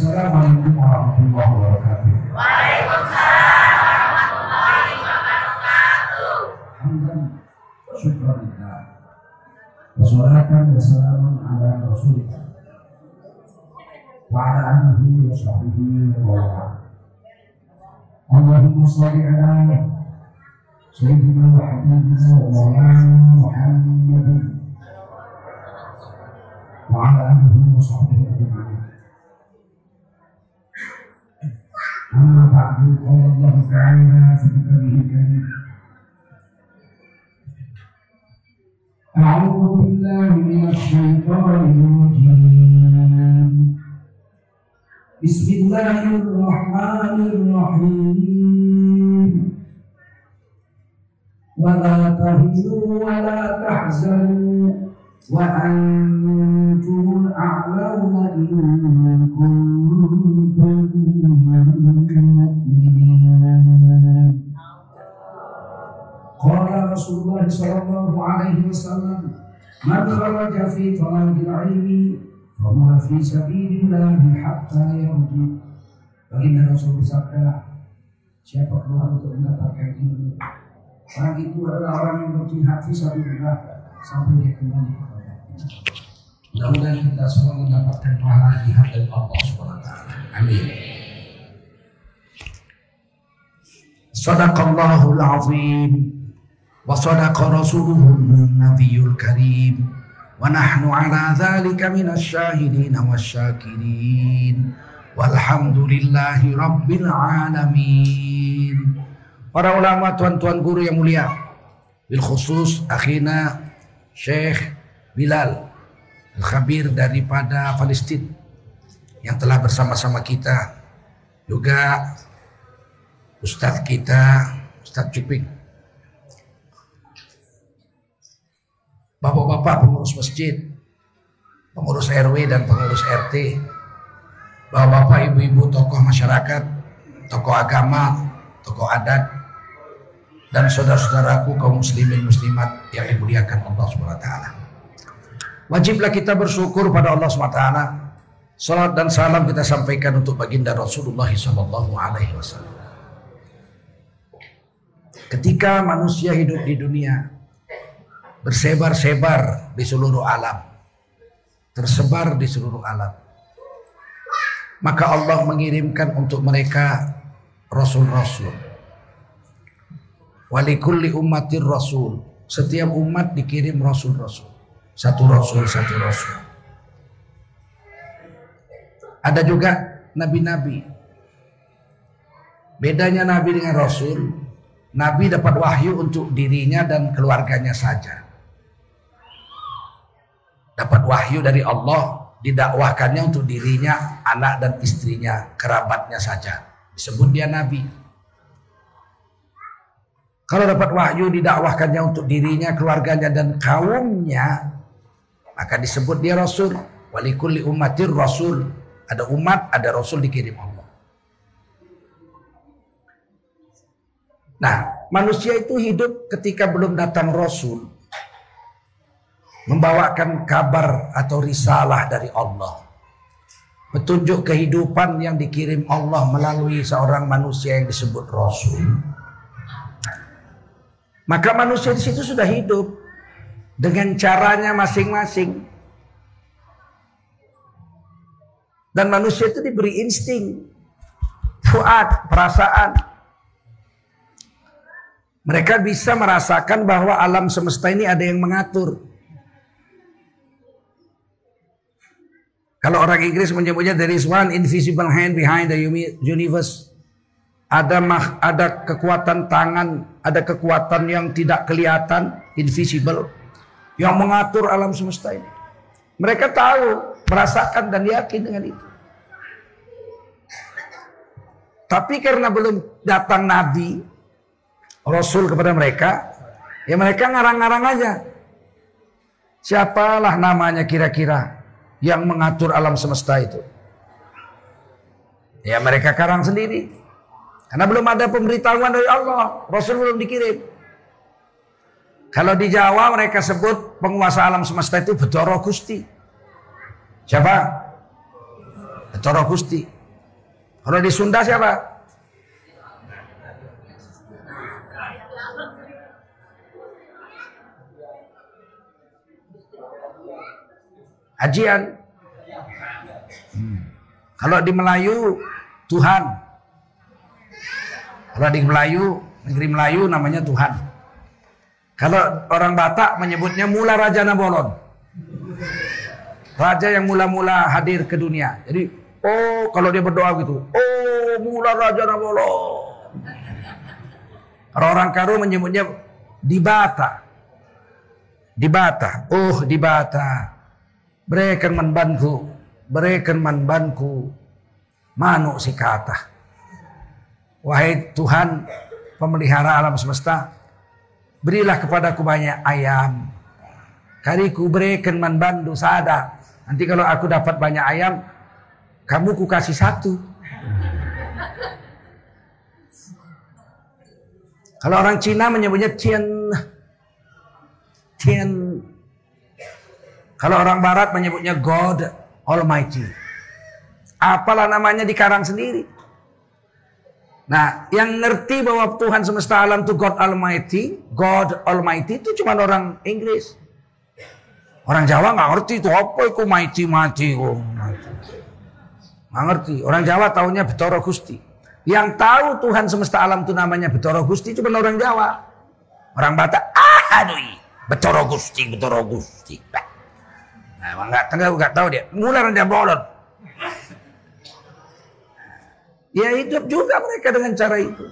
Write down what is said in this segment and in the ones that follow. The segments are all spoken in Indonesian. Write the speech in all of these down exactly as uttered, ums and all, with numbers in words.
Assalamualaikum warahmatullahi wabarakatuh. Waalaikumsalam warahmatullahi wabarakatuh. Hamdan syukurillah. Wassalatan wassalamun ala rasulillah wa ala alihi wa sahbihi wa wala. Allahumma shalli ala sayyidina wa habibina wa maulana Muhammadin wa ala alihi wa sahbihi ajma'in. Amma ba'du, qala Allah ta'ala fi kitabihil karim. A'udzu billahi minasy syaithanir rajim. Bismillahirrahmanirrahim. Wa la tahinu wa la tahzanu wa antumul a'launa in kuntum mu'minin. Qala Rasulullah sallallahu alaihi wasallam, man kharaja fi talabil ilmi fa huwa fi sabilillah hatta yarji. Baginda Rasul bersabda, siapa keluar untuk mendapatkan ilmu, orang itu adalah orang yang berjihad fi sabilillah sampai dia kembali kepada Allah. Mudah-mudahan kita semua mendapatkan pahala jihad dari Allah subhanahu wa taala. Amin. Sadaqallahul azim wa sadaqa rasuluhun nabiyul karim wa nahnu ala dzalika minasy syahidin wasyakirin walhamdulillahi rabbil alamin. Para ulama, tuan-tuan guru yang mulia, bil khusus akhina Syekh Bilal Al-Khabir daripada Palestina yang telah bersama-sama kita, juga Ustadz kita Ustadz Cuping, bapak-bapak pengurus masjid, pengurus R W dan pengurus R T, bapak-bapak, ibu-ibu, tokoh masyarakat, tokoh agama, tokoh adat, dan saudara-saudaraku kaum muslimin muslimat yang dimuliakan Allah subhanahu wa taala. Wajiblah kita bersyukur pada Allah subhanahu wa taala. Salat dan salam kita sampaikan untuk baginda Rasulullah sallallahu alaihi wasallam. Ketika manusia hidup di dunia, bersebar-sebar di seluruh alam, tersebar di seluruh alam, maka Allah mengirimkan untuk mereka rasul-rasul. Walikulli ummatir rasul, setiap umat dikirim rasul-rasul, satu rasul satu rasul. Ada juga nabi-nabi. Bedanya nabi dengan rasul, nabi dapat wahyu untuk dirinya dan keluarganya saja. Dapat wahyu dari Allah, didakwahkannya untuk dirinya, anak dan istrinya, kerabatnya saja. Disebut dia nabi. Kalau dapat wahyu didakwahkannya untuk dirinya, keluarganya dan kaumnya, maka disebut dia rasul. Walikulli ummatir rasul. Ada umat, ada rasul dikirim Allah. Nah, manusia itu hidup ketika belum datang rasul, membawakan kabar atau risalah dari Allah, petunjuk kehidupan yang dikirim Allah melalui seorang manusia yang disebut rasul. Maka manusia di situ sudah hidup dengan caranya masing-masing. Dan manusia itu diberi insting, fuad, perasaan. Mereka bisa merasakan bahwa alam semesta ini ada yang mengatur. Kalau orang Inggris menyebutnya there is one invisible hand behind the universe. Ada mah, ada kekuatan tangan, ada kekuatan yang tidak kelihatan, invisible, yang mengatur alam semesta ini. Mereka tahu, merasakan dan yakin dengan itu. Tapi karena belum datang nabi, rasul kepada mereka, ya mereka ngarang-ngarang aja. Siapalah namanya kira-kira yang mengatur alam semesta itu? Ya mereka karang sendiri. Karena belum ada pemberitahuan dari Allah, rasul belum dikirim. Kalau di Jawa mereka sebut penguasa alam semesta itu Bathara Gusti. Siapa? Bathara Gusti. Kalau di Sunda siapa? Ajian. Hmm. Kalau di Melayu Tuhan. Kalau di Melayu, negeri Melayu namanya Tuhan. Kalau orang Batak menyebutnya Mula Raja Nabolon. Raja yang mula-mula hadir ke dunia. Jadi, oh kalau dia berdoa gitu, oh Mula Raja Nabolon. Kalau orang Karo menyebutnya Dibata. Dibata, oh Dibata. Berikan manbanku, berikan manbanku, manuk si kata. Wahai Tuhan, pemelihara alam semesta, berilah kepadaku banyak ayam. Kariku berikan manbandu sada. Nanti kalau aku dapat banyak ayam, kamu ku kasih satu. Kalau orang Cina menyebutnya Tian. Tian. Kalau orang Barat menyebutnya God Almighty. Apalah namanya dikarang sendiri. Nah, yang ngerti bahwa Tuhan semesta alam itu God Almighty, God Almighty itu cuma orang Inggris. Orang Jawa nggak ngerti itu apa itu mighty mati. Oh, nggak ngerti. Orang Jawa taunya Betoro Gusti. Yang tahu Tuhan semesta alam itu namanya Betoro Gusti cuma orang Jawa. Orang Batak, ah aduh, Betoro Gusti, Betoro Gusti. Nah, nggak tahu nggak tahu dia. Mulai dia bolot. Ya hidup juga mereka dengan cara itu.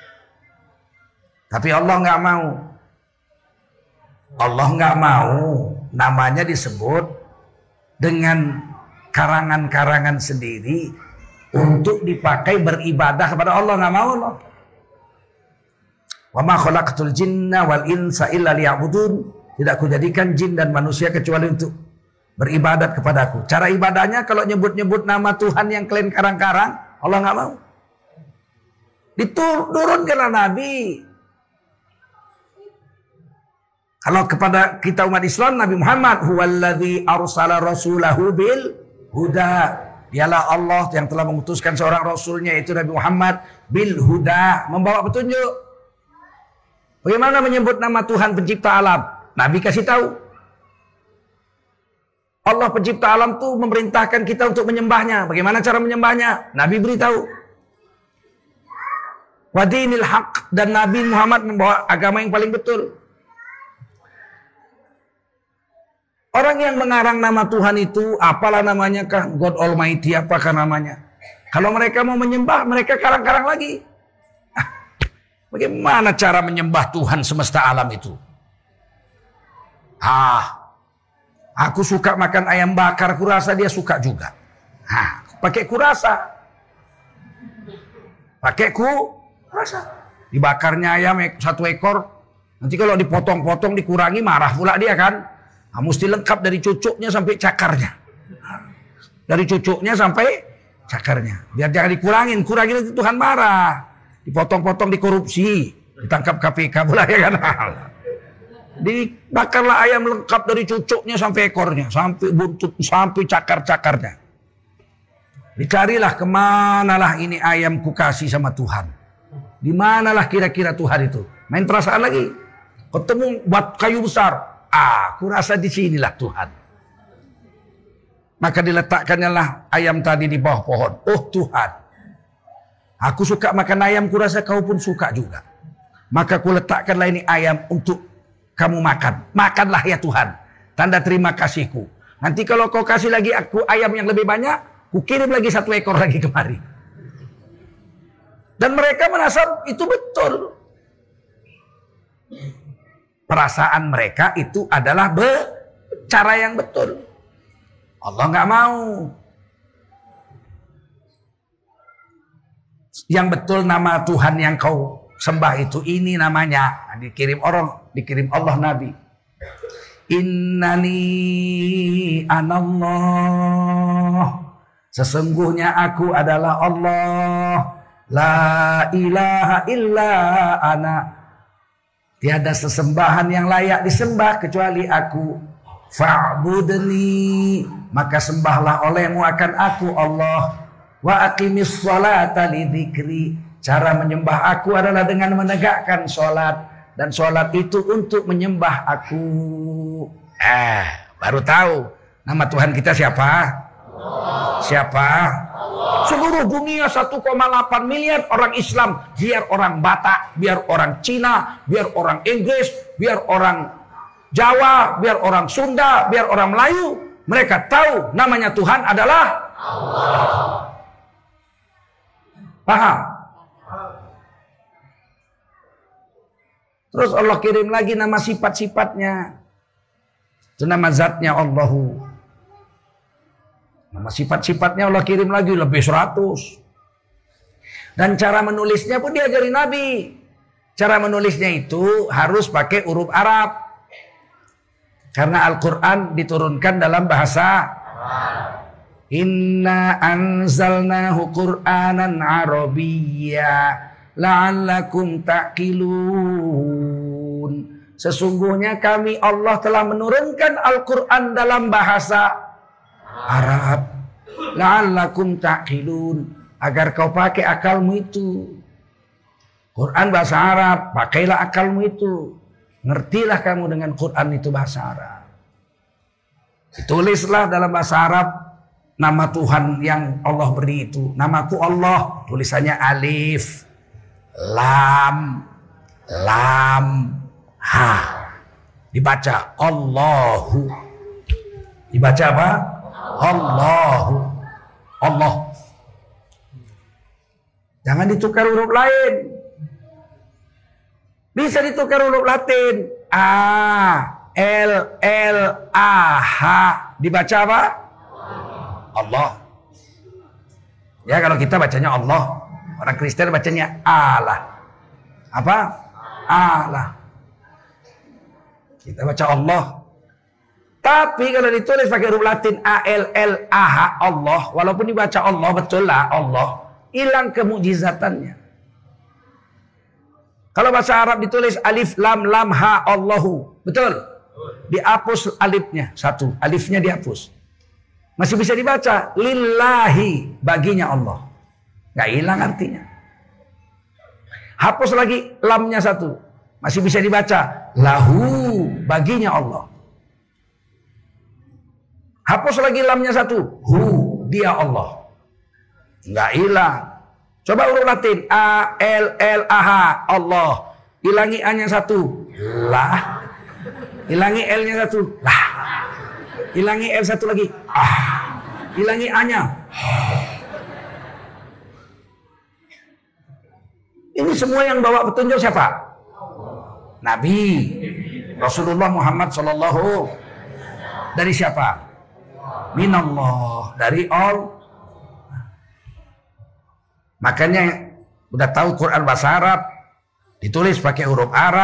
Tapi Allah nggak mau. Allah nggak mau namanya disebut dengan karangan-karangan sendiri untuk dipakai beribadah kepada Allah. Nggak mau Allah. Wa ma khalaqtul jinna wal insa illa liya'budun. Tidak kujadikan jin dan manusia kecuali untuk beribadat kepadaku. Cara ibadahnya kalau nyebut-nyebut nama Tuhan yang kalian karang-karang, Allah nggak mau. Diturunkanlah Nabi. Kalau kepada kita umat Islam, Nabi Muhammad huwallazi arsala rasulahu bil huda. Dialah Allah yang telah mengutuskan seorang rasulnya, yaitu Nabi Muhammad, bil huda, membawa petunjuk. Bagaimana menyebut nama Tuhan pencipta alam? Nabi kasih tahu. Allah pencipta alam itu memerintahkan kita untuk menyembahnya. Bagaimana cara menyembahnya? Nabi beritahu. Wadinil haq, dan Nabi Muhammad membawa agama yang paling betul. Orang yang mengarang nama Tuhan itu, apalah namanya kah? God Almighty, apakah namanya? Kalau mereka mau menyembah, mereka karang-karang lagi. Ah, bagaimana cara menyembah Tuhan semesta alam itu? Ah, aku suka makan ayam bakar, kurasa dia suka juga. Hah, pakai kurasa. Pakai kurasa. Dibakarnya ayam satu ekor. Nanti kalau dipotong-potong dikurangi marah pula dia kan. Nah, mesti lengkap dari cucuknya sampai cakarnya. Dari cucuknya sampai cakarnya. Biar jangan dikurangin. Kurangin nanti Tuhan marah. Dipotong-potong dikorupsi. Ditangkap K P K pula ya kan. Dibakarlah ayam lengkap dari cucuknya sampai ekornya, sampai buntut, sampai cakar-cakarnya. Dicarilah kemanalah ini ayam ku kasih sama Tuhan. Di manalah kira-kira Tuhan itu? Main perasaan lagi. Ketemu buat kayu besar. Ah, aku rasa di sinilah Tuhan. Maka diletakkannya lah ayam tadi di bawah pohon. Oh Tuhan, aku suka makan ayam, ku rasa kau pun suka juga. Maka ku letakkanlah ini ayam untuk kamu makan. Makanlah ya Tuhan. Tanda terima kasihku. Nanti kalau kau kasih lagi aku ayam yang lebih banyak, ku kirim lagi satu ekor lagi kemari. Dan mereka merasa itu betul. Perasaan mereka itu adalah be cara yang betul. Allah nggak mau. Yang betul nama Tuhan yang kau sembah itu ini namanya. Dikirim orang, dikirim Allah Nabi. Innani anallah. Sesungguhnya aku adalah Allah. La ilaha illa ana. Tiada sesembahan yang layak disembah kecuali aku. Fa'budni, maka sembahlah olehmu akan aku Allah. Wa aqimis sholata lidzikri. Cara menyembah aku adalah dengan menegakkan sholat. Dan sholat itu untuk menyembah aku. Eh, baru tahu nama Tuhan kita siapa? Allah. Siapa? Allah. Seluruh dunia satu koma delapan miliar orang Islam. Biar orang Batak, biar orang Cina, biar orang Inggris, biar orang Jawa, biar orang Sunda, biar orang Melayu. Mereka tahu namanya Tuhan adalah Allah. Paham? Terus Allah kirim lagi nama sifat-sifatnya. Itu nama zatnya Allahu. Nama sifat-sifatnya Allah kirim lagi lebih seratus. Dan cara menulisnya pun diajari Nabi. Cara menulisnya itu harus pakai huruf Arab. Karena Al-Quran diturunkan dalam bahasa Arab. Inna anzalnahu Qur'anan Arabiyya la'allakum ta'qilun. Sesungguhnya kami Allah telah menurunkan Al-Quran dalam bahasa Arab. La'allakum ta'qilun. Agar kau pakai akalmu itu. Quran bahasa Arab, pakailah akalmu itu. Ngertilah kamu dengan Quran itu bahasa Arab. Ditulislah dalam bahasa Arab nama Tuhan yang Allah beri itu. Namaku Allah, tulisannya alif, lam, lam, ha. Dibaca Allahu. Dibaca apa? Allahu. Allah. Jangan ditukar huruf lain. Bisa ditukar huruf Latin. A, L, L, A, H. Dibaca apa? Allah. Ya kalau kita bacanya Allah. Orang Kristen bacanya Allah. Apa? Allah. Kita baca Allah. Tapi kalau ditulis pakai huruf Latin A, L, L, A, H. Allah. Walaupun dibaca Allah, betul lah Allah. Hilang kemujizatannya. Kalau bahasa Arab ditulis alif lam lam ha Allahu, betul? Dihapus alifnya satu, alifnya dihapus. Masih bisa dibaca lillahi, baginya Allah. Nggak hilang artinya. Hapus lagi lamnya satu, masih bisa dibaca lahu, baginya Allah. Hapus lagi lamnya satu, hu, dia Allah. Nggak hilang. Coba huruf Latin A, L, L, A, H, Allah. Hilangi A-nya satu, lah. Hilangi L-nya satu, lah. Hilangi L satu lagi, ah. Hilangi A-nya. Ini semua yang bawa petunjuk siapa? Nabi Rasulullah Muhammad Sallallahu. Dari siapa? Minallah, dari Allah. Makanya udah tahu Quran bahasa Arab, ditulis pakai huruf Arab,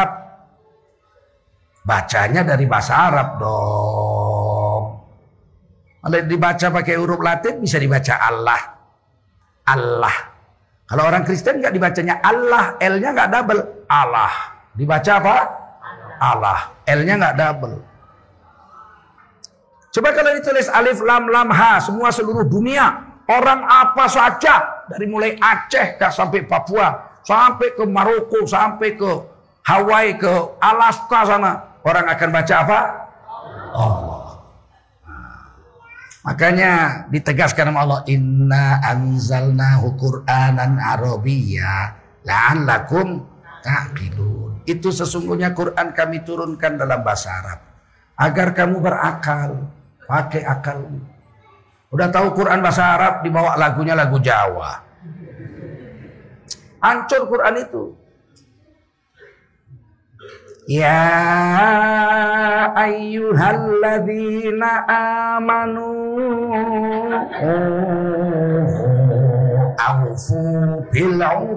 bacanya dari bahasa Arab dong. Kalau dibaca pakai huruf Latin bisa dibaca Allah, Allah. Kalau orang Kristen nggak dibacanya Allah, L-nya nggak double, Allah. Dibaca apa? Allah, L-nya nggak double. Coba kalau ditulis alif lam lam ha, semua seluruh dunia. Orang apa saja, dari mulai Aceh sampai Papua, sampai ke Maroko, sampai ke Hawaii, ke Alaska sana, orang akan baca apa? Allah. Nah, makanya ditegaskan sama Allah, Inna anzalnahu Qur'anan Arabiyya la'allakum ta'qilun. Itu sesungguhnya Quran kami turunkan dalam bahasa Arab agar kamu berakal, pakai akalmu. Udah tahu Quran bahasa Arab, dibawa lagunya lagu Jawa. Hancur Quran itu. Ya ayyuhalladzina amanu awfu bil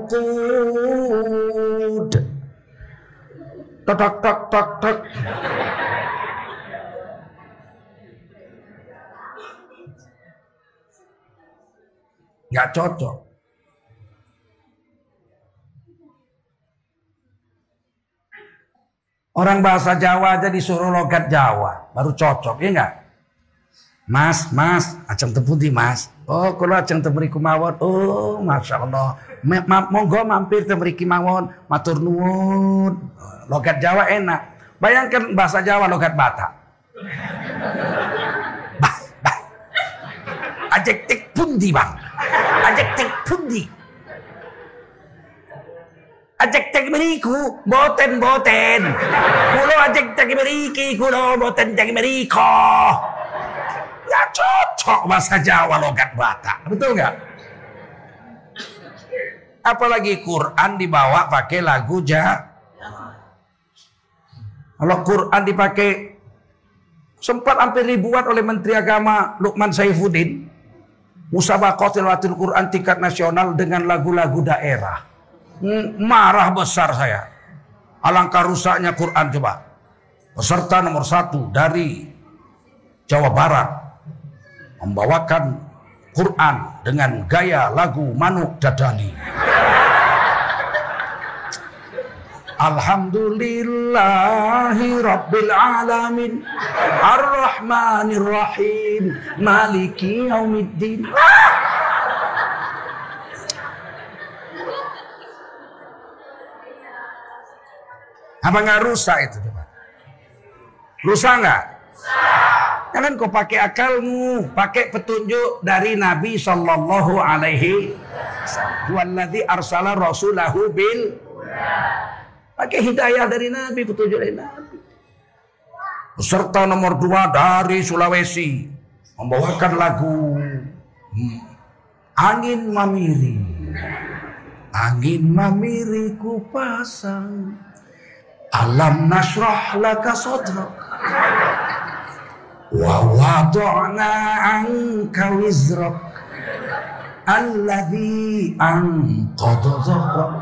uqud. Tak tak tak tak tak. Nggak cocok. Orang bahasa Jawa aja disuruh logat Jawa, baru cocok, ya nggak? Mas, mas, ajeng tepundi mas? Oh, kula ajeng teng mriku mawon. Oh, Masya Allah. Ma monggo mampir teng mriki mawon. Matur nuwun. Logat Jawa enak. Bayangkan bahasa Jawa logat Batak. Bah, bah. Ajek tek pundi bang? Ajek tek pundi? Ajek tek mriku, boten boten. Kulo ajek tek mriki, kulo boten tek mriko. Ya cocok bahasa Jawa logat Batak, betul nggak? Apalagi Quran dibawa pakai lagu Jawa. Kalau Quran dipakai sempat hampir dibuat oleh Menteri Agama Lukman Saifuddin, musabaqah tilawatil Quran tingkat nasional dengan lagu-lagu daerah. Marah besar saya. Alangkah rusaknya Quran coba. Peserta nomor satu dari Jawa Barat membawakan Quran dengan gaya lagu Manuk Dadali. Alhamdulillahi Rabbil Alamin Ar-Rahmanir Rahim Maliki Yaumiddin. Apa nggak rusak itu coba? Rusak nggak? Jangan kau pakai akalmu, pakai petunjuk dari Nabi Sallallahu Alaihi Wasallam. Walladzi arsala rasulahu bil. Pakai hidayah dari Nabi, petunjuk dari Nabi. Peserta nomor dua dari Sulawesi membawakan lagu hmm, Angin Mamiri. Angin mamiri ku pasang, alam nasrah laka sadrak. Wa wada'na anka wizrak alladhi anqadha dhahrak.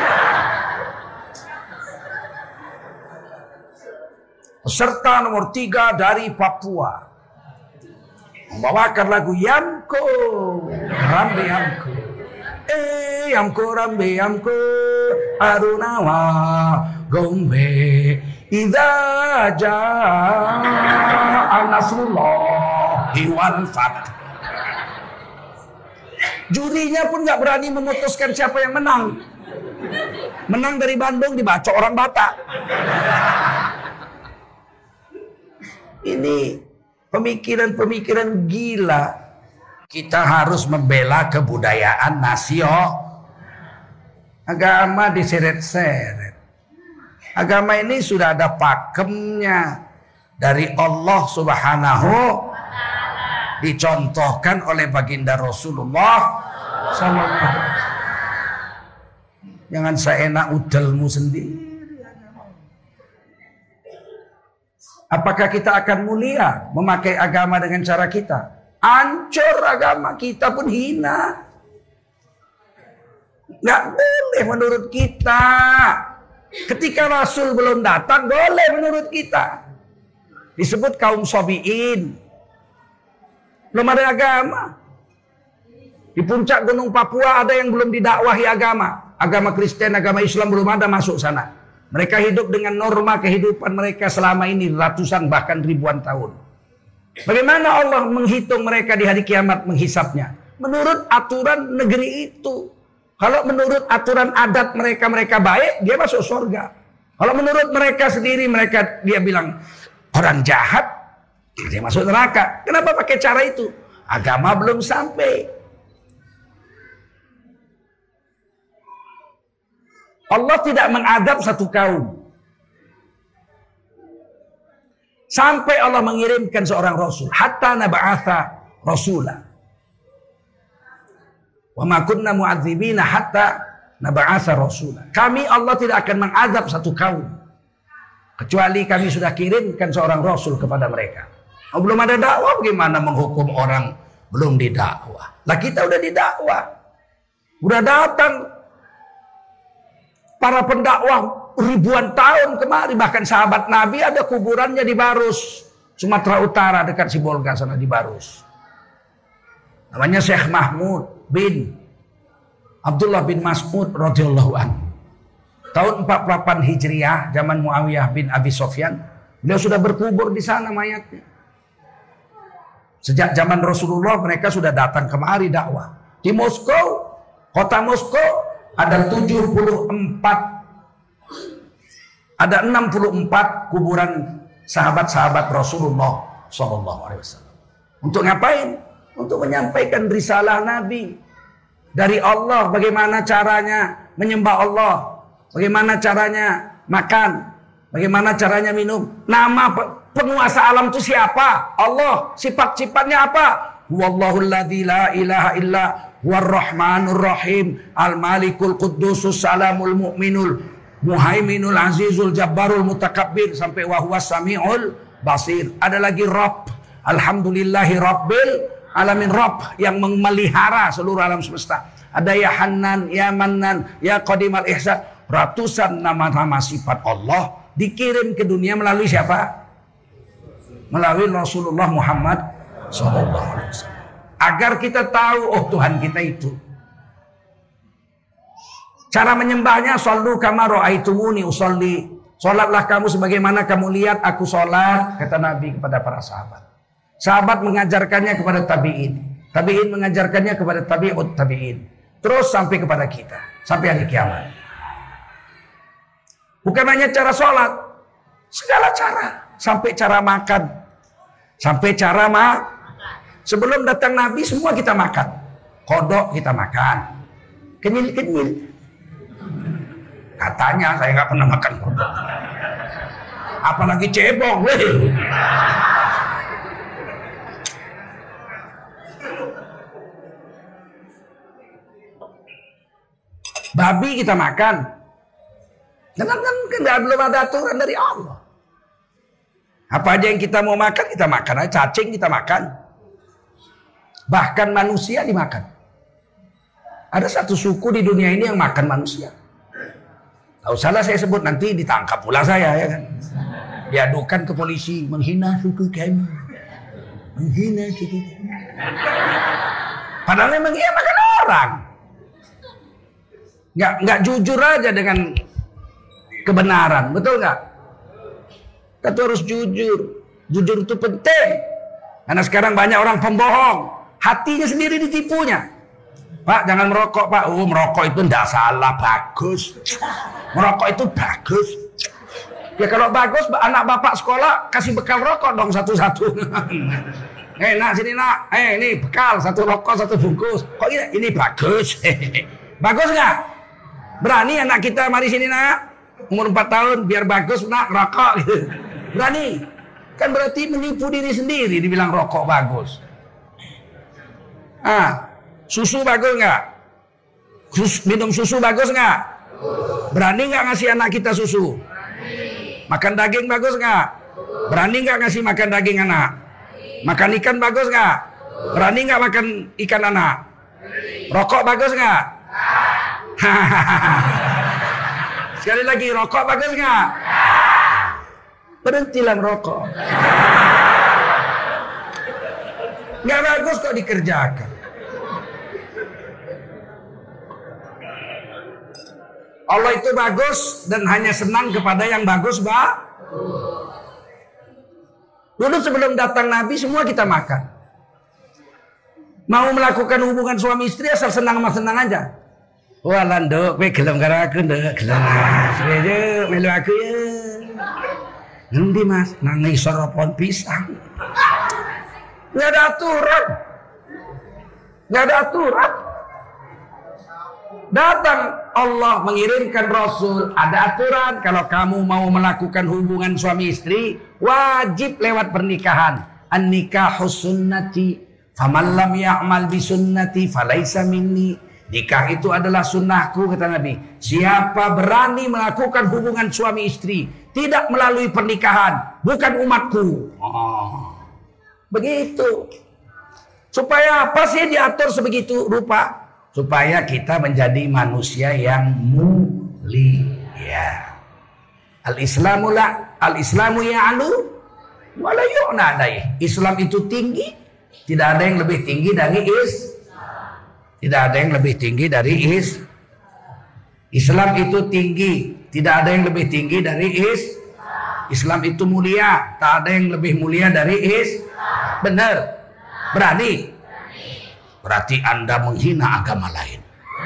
Peserta nomor tiga dari Papua membawakan lagu Yamko Rambe Yamko. Eh Yamko Rambe Yamko Arunawa Gombe Idza jaa nasrullahi wal fath. Jurinya pun nggak berani memutuskan siapa yang menang. Menang dari Bandung dibaca orang Batak. Ini pemikiran-pemikiran gila. Kita harus membela kebudayaan nasional. Agama diseret-seret. Agama ini sudah ada pakemnya dari Allah Subhanahu, dicontohkan oleh baginda Rasulullah sallallahu alaihi wasallam. Jangan seenak udelmu sendiri. Apakah kita akan mulia memakai agama dengan cara kita? Hancur agama kita pun hina. Nggak boleh menurut kita. Ketika Rasul belum datang, boleh menurut kita. Disebut kaum Sobiin. Belum ada agama. Di puncak gunung Papua ada yang belum didakwahi agama. Agama Kristen, agama Islam belum ada masuk sana. Mereka hidup dengan norma kehidupan mereka selama ini ratusan bahkan ribuan tahun. Bagaimana Allah menghitung mereka di hari kiamat, menghisapnya? Menurut aturan negeri itu. Kalau menurut aturan adat mereka, mereka baik, dia masuk surga. Kalau menurut mereka sendiri, mereka dia bilang orang jahat, dia masuk neraka. Kenapa pakai cara itu? Agama belum sampai. Allah tidak mengadab satu kaum sampai Allah mengirimkan seorang rasul. Hatta naba'atha rasulah. Wa ma kunna mu'adzibina hatta naba'atha rasulah. Kami Allah tidak akan mengadab satu kaum kecuali kami sudah kirimkan seorang rasul kepada mereka. Oh, belum ada dakwah, bagaimana menghukum orang belum didakwah? Lah kita udah didakwah. Udah datang para pendakwah ribuan tahun kemarin, bahkan sahabat Nabi ada kuburannya di Barus, Sumatera Utara dekat Sibolga sana di Barus. Namanya Syekh Mahmud bin Abdullah bin Mas'ud radhiyallahu anhu. Tahun empat puluh delapan Hijriah, zaman Muawiyah bin Abi Sofyan, beliau sudah berkubur di sana mayatnya. Sejak zaman Rasulullah mereka sudah datang kemari dakwah. Di Moskow, kota Moskow ada tujuh puluh empat, ada enam puluh empat kuburan sahabat-sahabat Rasulullah Shallallahu Alaihi Wasallam. Untuk ngapain? Untuk menyampaikan risalah Nabi dari Allah. Bagaimana caranya menyembah Allah, bagaimana caranya makan, bagaimana caranya minum. Nama penguasa alam itu siapa? Allah. Sifat-sifatnya apa? Wallahul ladzi la ilaha illa warrahmanur rahim al-malikul quddusus salamul mu'minul muhaiminul azizul jabbarul mutakabbir sampai wa huwas samiul basir. Ada lagi Rabb. Alhamdulillahi rabbil alamin, Rabb yang memelihara seluruh alam semesta. Ada ya Hannan, ya Mannan, ya Qadimal Ihsan. Ratusan nama-nama sifat Allah dikirim ke dunia melalui siapa? Melalui Rasulullah Muhammad shallallahu alaihi wasallam. Agar kita tahu, oh Tuhan kita itu. Cara menyembahnya, sallu kama ra'aitumuni usolli. Salatlah kamu sebagaimana kamu lihat aku salat, kata Nabi kepada para sahabat. Sahabat mengajarkannya kepada tabi'in. Tabi'in mengajarkannya kepada tabi'ut tabi'in. Terus sampai kepada kita, sampai hari kiamat. Bukan hanya cara sholat, segala cara. Sampai cara makan. Sampai cara makan. Sebelum datang Nabi semua kita makan. Kodok kita makan. Kenyil-kenyil. Katanya saya nggak pernah makan kodok. Apalagi cebong. Babi kita makan. Karena kan tidak belum ada aturan dari Allah. Apa aja yang kita mau makan kita makan. Cacing kita makan. Bahkan manusia dimakan. Ada satu suku di dunia ini yang makan manusia. Tahu salah saya sebut, nanti ditangkap pula saya, ya kan. Diadukan ke polisi, menghina suku kami. Menghina suku kami. Padahal memang ia makan orang. Nggak, nggak jujur aja dengan kebenaran, betul nggak? Kita harus jujur. Jujur itu penting. Karena sekarang banyak orang pembohong. Hatinya sendiri ditipunya. Pak, jangan merokok, Pak. Oh, merokok itu tidak salah, bagus. Merokok itu bagus. Ya kalau bagus, anak bapak sekolah kasih bekal rokok dong satu-satu. Eh, nak sini nak. Eh, ini bekal satu rokok satu bungkus. Kok ini? Ini bagus. Bagus nggak? Berani anak kita mari sini nak. Umur empat tahun biar bagus nak rokok gitu. Berani. Kan berarti menipu diri sendiri dibilang rokok bagus. Ah, susu bagus nggak? Sus, minum susu bagus nggak? Berani nggak ngasih anak kita susu? Makan daging bagus nggak? Berani nggak ngasih makan daging anak? Makan ikan bagus nggak? Berani nggak makan ikan anak? Rokok bagus nggak? Sekali lagi, rokok bagus nggak? Berhentilah merokok. Nggak bagus kok dikerjakan. Allah itu bagus dan hanya senang kepada yang bagus, Mbak. Dulu sebelum datang Nabi semua kita makan. Mau melakukan hubungan suami istri asal senang sama senang aja. Wah landuk, kowe gelem karo aku nduk, gelem. Sejo melu aku ya. Nanti Mas, nang ngisor pohon pisang. Enggak ada aturan. Enggak ada aturan. Datang Allah mengirimkan Rasul, ada aturan. Kalau kamu mau melakukan hubungan suami istri, wajib lewat pernikahan. An-nikahu sunnati, faman lam ya'mal bi sunnati falaisa minni. Nikah itu adalah sunnahku, kata Nabi. Siapa berani melakukan hubungan suami istri tidak melalui pernikahan, bukan umatku. Oh, begitu. Supaya apa sih diatur sebegitu rupa? Supaya kita menjadi manusia yang mulia. Al-Islamu la, al-Islamu ya'lu wa la yu'na alaih. Islam itu tinggi, tidak ada yang lebih tinggi dari is. Tidak ada yang lebih tinggi dari is. Islam itu tinggi, tidak ada yang lebih tinggi dari is. Islam itu mulia, tak ada yang lebih mulia dari is. Benar. Berani? Berarti Anda menghina agama lain.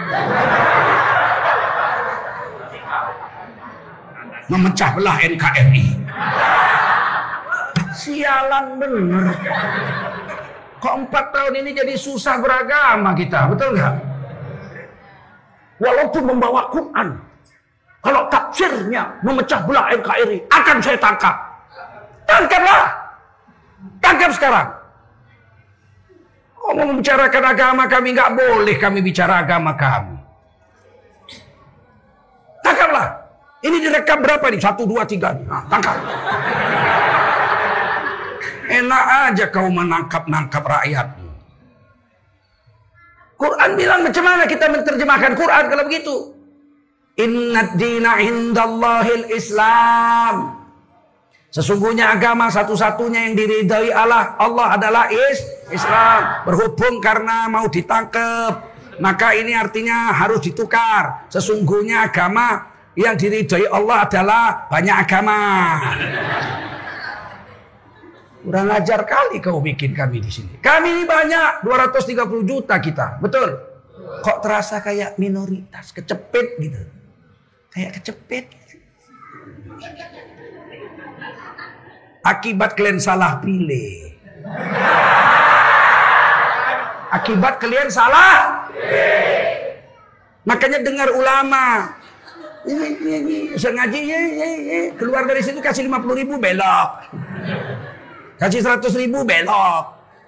Memecah belah N K R I. Sialan bener. Kok empat tahun ini jadi susah beragama kita, betul nggak? Walaupun membawa Quran, kalau tafsirnya memecah belah N K R I, akan saya tangkap. Tangkaplah, tangkap sekarang. Kalau mau membicarakan agama kami, nggak boleh kami bicara agama kami. Tangkaplah. Ini direkam berapa nih? Satu, dua, tiga. Nah, tangkap. Enak aja kau menangkap-nangkap rakyatmu. Quran bilang macam mana kita menerjemahkan Quran kalau begitu? Innad dina indallahil Islam. Sesungguhnya agama satu-satunya yang diridhai Allah, Allah adalah is Islam. Berhubung karena mau ditangkap, maka ini artinya harus ditukar. Sesungguhnya agama yang diridhai Allah adalah banyak agama. Kurang ajar kali kau bikin kami di sini. Kami ini banyak, dua ratus tiga puluh juta kita, betul? Kok terasa kayak minoritas, kecepet gitu. Kayak kecepet. Akibat kalian salah pilih. Akibat kalian salah. Makanya dengar ulama. Ini, ini, ini. Usah ngaji, ye, ye, ye. Keluar dari situ kasih lima puluh ribu belok. Kasih seratus ribu belok.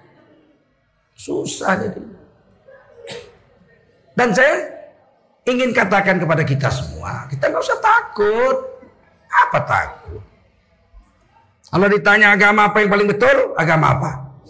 Susah jadi. Dan saya ingin katakan kepada kita semua, kita nggak usah takut. Apa takut? Kalau ditanya agama apa yang paling betul, agama apa?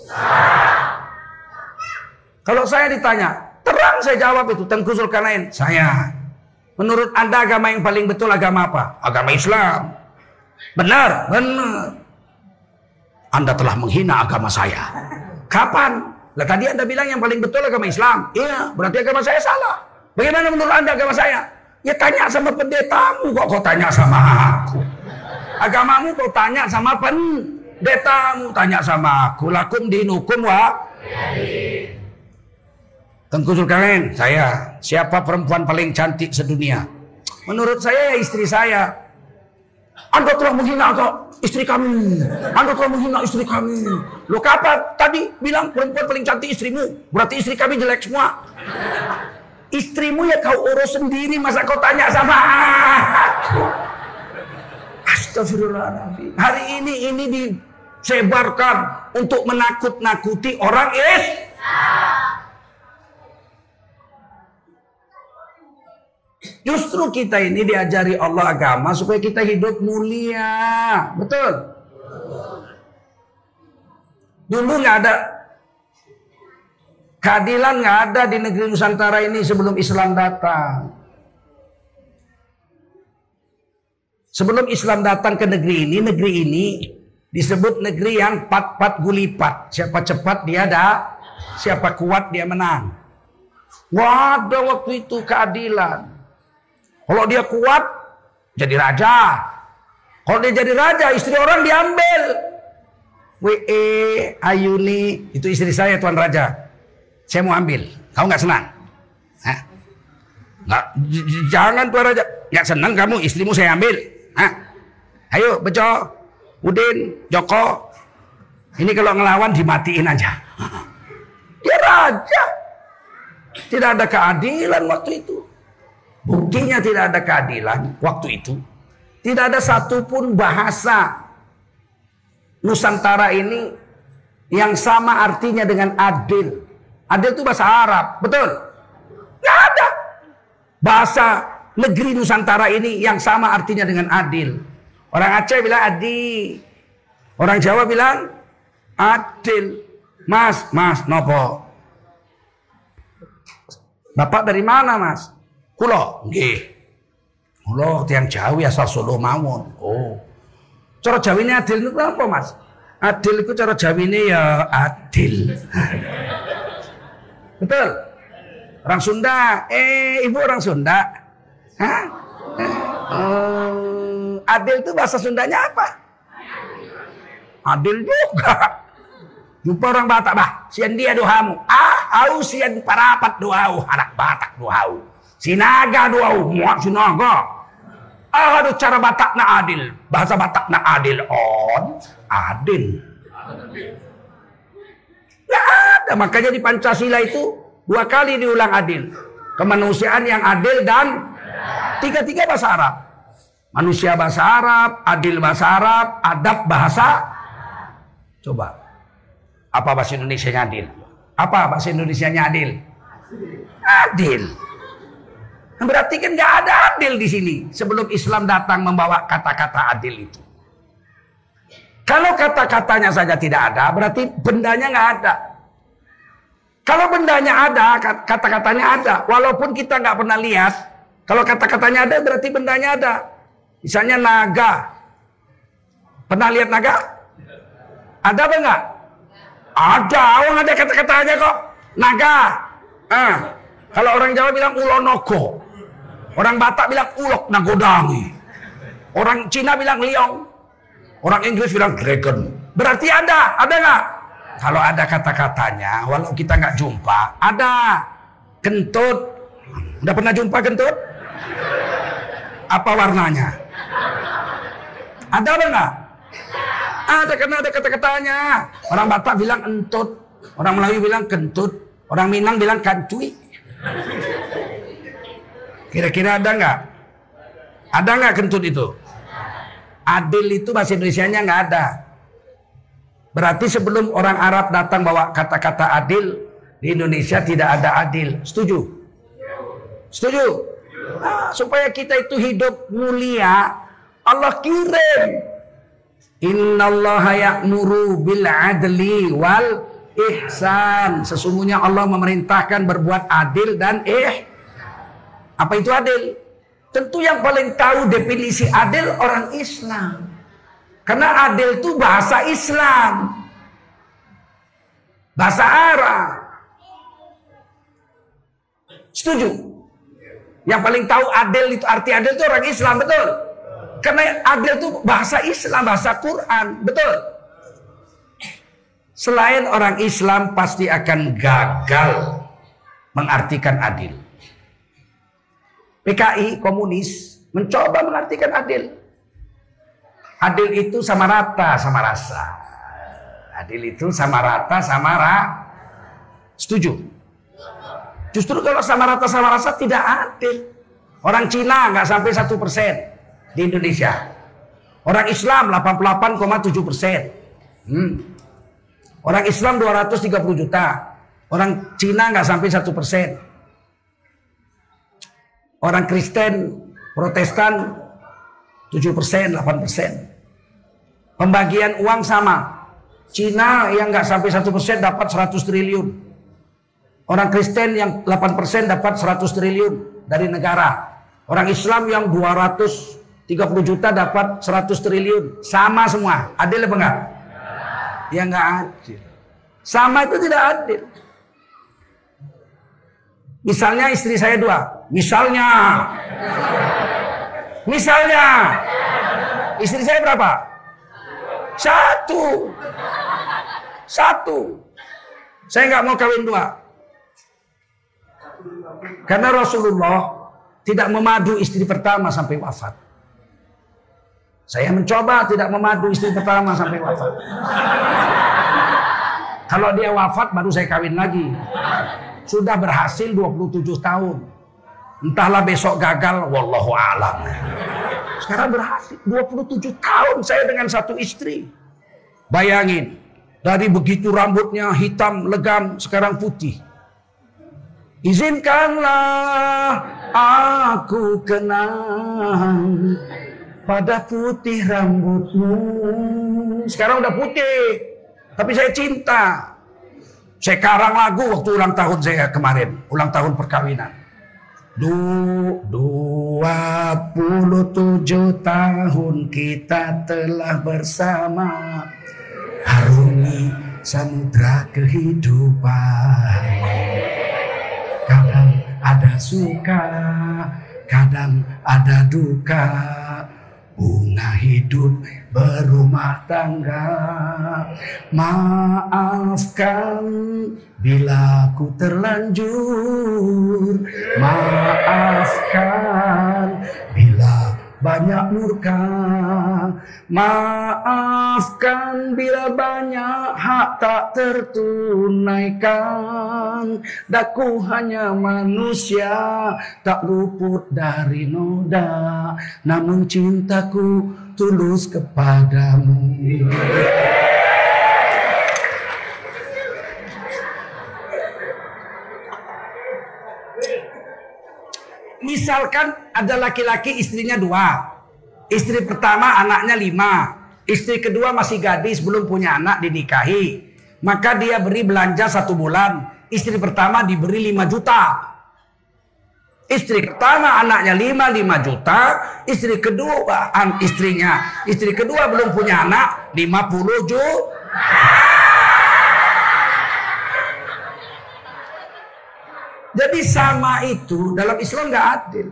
Kalau saya ditanya, terang saya jawab itu, Tengku Zulkarnain, saya. Menurut Anda agama yang paling betul agama apa? Agama Islam. Benar, benar. Anda telah menghina agama saya. Kapan? Lah tadi Anda bilang yang paling betul agama Islam. Iya, berarti agama saya salah. Bagaimana menurut Anda agama saya? Ya tanya sama pendetamu, kok kau tanya sama aku. Agamamu kau tanya sama pendetamu, tanya sama aku. Lakum dinukum wa. Tengku Zulkarnain, saya. Siapa perempuan paling cantik sedunia? Menurut saya ya istri saya. Anda telah menghina atau istri kami. Anda telah menghina istri kami. Loh kapan? Tadi bilang perempuan paling cantik istrimu. Berarti istri kami jelek semua. Istrimu ya kau urus sendiri. Masa kau tanya sama aku? Astagfirullahaladzim. Hari ini ini disebarkan untuk menakut-nakuti orang Islam. Justru kita ini diajari Allah agama supaya kita hidup mulia. Betul? Dulu nggak ada keadilan, nggak ada di negeri Nusantara ini sebelum Islam datang. Sebelum Islam datang ke negeri ini, negeri ini disebut negeri yang pat-pat gulipat. Siapa cepat dia ada, siapa kuat dia menang. Wah, ada waktu itu keadilan. Kalau dia kuat, jadi raja. Kalau dia jadi raja, istri orang diambil. W E Ayuni, itu istri saya Tuan Raja. Saya mau ambil. Kau nggak senang? Hah? Nggak, jangan Tuan Raja. Nggak senang kamu, istrimu saya ambil. Hah? Ayo, Bejo, Udin, Joko. Ini kalau ngelawan dimatiin aja. Dia raja. Tidak ada keadilan waktu itu. Buktinya tidak ada keadilan waktu itu. Tidak ada satupun bahasa Nusantara ini yang sama artinya dengan adil. Adil itu bahasa Arab, betul? Nggak ada. Bahasa negeri Nusantara ini yang sama artinya dengan adil. Orang Aceh bilang adi. Orang Jawa bilang adil. Mas, mas, nopo. Bapak dari mana, mas? Kulo, nggih. Kulo tiang Jawi asal Solo mawon. Oh. Cara Jawine adil niku apa, Mas? Adil iku cara Jawine ya adil. Betul? Orang Sunda, eh Ibu orang Sunda. Hah? Eh, adil itu bahasa Sundanya apa? Adil juga. Jumpa orang Batak, bah, sian dia doamu. Ah, au sian parapat doau, anak Batak doau. Sinaga doau, muak sinaga. Ah, ada cara Batak na adil. Bahasa Batak na adil. On, adil. Nggak ada, makanya di Pancasila itu dua kali diulang adil. Kemanusiaan yang adil dan tiga-tiga bahasa Arab. Manusia bahasa Arab, adil bahasa Arab, adab bahasa. Coba. Apa bahasa Indonesianya adil? Apa bahasa Indonesianya adil? Adil. Berarti kan nggak ada adil di sini sebelum Islam datang membawa kata-kata adil itu. Kalau kata-katanya saja tidak ada, berarti bendanya nggak ada. Kalau bendanya ada, kata-katanya ada. Walaupun kita nggak pernah lihat, kalau kata-katanya ada, berarti bendanya ada. Misalnya naga. Pernah lihat naga? Ada apa enggak? Ada, orang ada kata-katanya kok. Naga. Ah, kalau orang Jawa bilang ulonogo. Orang Batak bilang ulok nagodangi. Orang Cina bilang liong. Orang Inggris bilang dragon. Berarti ada, ada nggak? Kalau ada kata-katanya, walau kita nggak jumpa, ada. Kentut. Udah pernah jumpa kentut? Apa warnanya? Ada apa enggak? Ada, karena ada kata-katanya. Orang Batak bilang entut, orang Melayu bilang kentut, orang Minang bilang kancuy. Kira-kira ada nggak? Ada nggak kentut itu? Adil itu bahasa Indonesianya nggak ada. Berarti sebelum orang Arab datang bawa kata-kata adil, di Indonesia tidak ada adil. Setuju? Setuju? Nah, supaya kita itu hidup mulia, Allah kirim. Innallaha ya'muru bil adli wal ihsan. Sesungguhnya Allah memerintahkan berbuat adil dan eh. Apa itu adil? Tentu yang paling tahu definisi adil orang Islam. Karena adil itu bahasa Islam. Bahasa Arab. Setuju? Yang paling tahu adil itu, arti adil itu orang Islam, betul? Karena adil itu bahasa Islam, bahasa Quran, betul? Selain orang Islam pasti akan gagal mengartikan adil. P K I komunis mencoba mengartikan adil. Adil itu sama rata sama rasa. Adil itu sama rata sama ra. Setuju? Justru kalau sama rata sama rasa tidak adil. Orang Cina nggak sampai satu persen di Indonesia. Orang Islam delapan puluh delapan koma tujuh persen. Hmm. Orang Islam dua ratus tiga puluh juta. Orang Cina nggak sampai satu persen. Orang Kristen, Protestan tujuh persen, delapan persen. Pembagian uang sama. Cina yang nggak sampai satu persen dapat seratus triliun. Orang Kristen yang delapan persen dapat seratus triliun dari negara. Orang Islam yang dua ratus tiga puluh juta dapat seratus triliun. Sama semua. Adil apa enggak? Ya enggak adil. Sama itu tidak adil. Misalnya istri saya dua. Misalnya. Misalnya. Istri saya berapa? Satu. Satu. Saya nggak mau kawin dua. Karena Rasulullah tidak memadu istri pertama sampai wafat. Saya mencoba tidak memadu istri pertama sampai wafat. Kalau dia wafat baru saya kawin lagi. Sudah berhasil dua puluh tujuh tahun. Entahlah besok gagal, wallahu a'lam. Sekarang berhasil dua puluh tujuh tahun saya dengan satu istri. Bayangin, dari begitu rambutnya hitam legam sekarang putih. Izinkanlah aku kenang pada putih rambutmu. Sekarang udah putih, tapi saya cinta. Saya karang lagu waktu ulang tahun saya kemarin, ulang tahun perkawinan. Du, dua puluh tujuh tahun kita telah bersama, harungi samudra kehidupan. Kadang ada suka, kadang ada duka, bunga hidup berumah tangga. Maafkan bila ku terlanjur, maafkan bila banyak murka, maafkan bila banyak hak tak tertunaikan. Daku hanya manusia, tak luput dari noda, namun cintaku tulus kepadamu. Misalkan ada laki-laki istrinya dua, istri pertama anaknya lima, istri kedua masih gadis belum punya anak dinikahi, maka dia beri belanja satu bulan. Istri pertama diberi lima juta, istri pertama anaknya lima lima juta, istri kedua an, istrinya istri kedua belum punya anak lima puluh juta. Jadi sama itu dalam Islam nggak adil.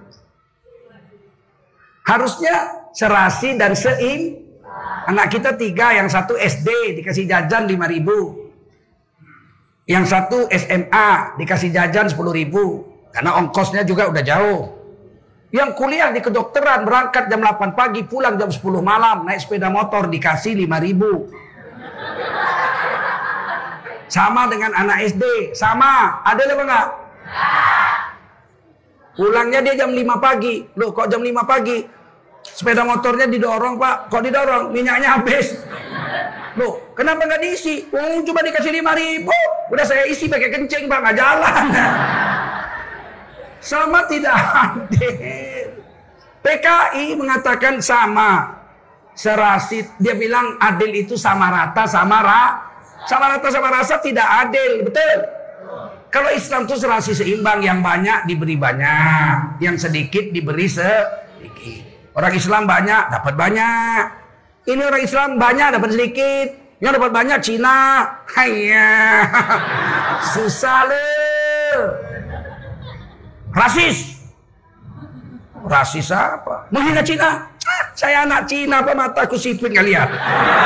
Harusnya serasi dan seim. Anak kita tiga, yang satu S D dikasih jajan lima ribu, yang satu S M A dikasih jajan sepuluh ribu, karena ongkosnya juga udah jauh. Yang kuliah di kedokteran berangkat jam delapan pagi pulang jam sepuluh malam, naik sepeda motor dikasih lima ribu. Sama dengan anak S D, sama, ada apa enggak? Pulangnya dia jam lima pagi. Loh kok jam lima pagi? Sepeda motornya didorong pak. Kok didorong? Minyaknya habis. Loh kenapa nggak diisi? Oh cuma dikasih lima ribu. Udah saya isi pakai kencing pak, nggak jalan. Sama tidak adil. P K I mengatakan sama. Serasi, dia bilang adil itu sama rata sama ra. Sama rata sama rasa tidak adil, betul? Kalau Islam itu serasi seimbang, yang banyak diberi banyak, yang sedikit diberi sedikit. Orang Islam banyak dapat banyak. Ini orang Islam banyak dapat sedikit. Yang dapat banyak Cina. Hayya. Susah loh. Rasis. Rasis apa? Menghina Cina. Ah, saya anak Cina apa mataku sipit nggak lihat.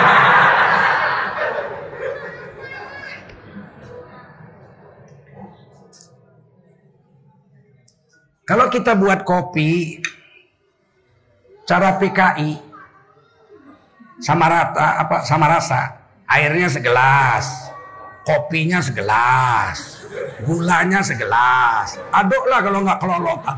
Kalau kita buat kopi, cara P K I sama rata apa sama rasa, airnya segelas, kopinya segelas, gulanya segelas, aduklah kalau nggak kelolotan.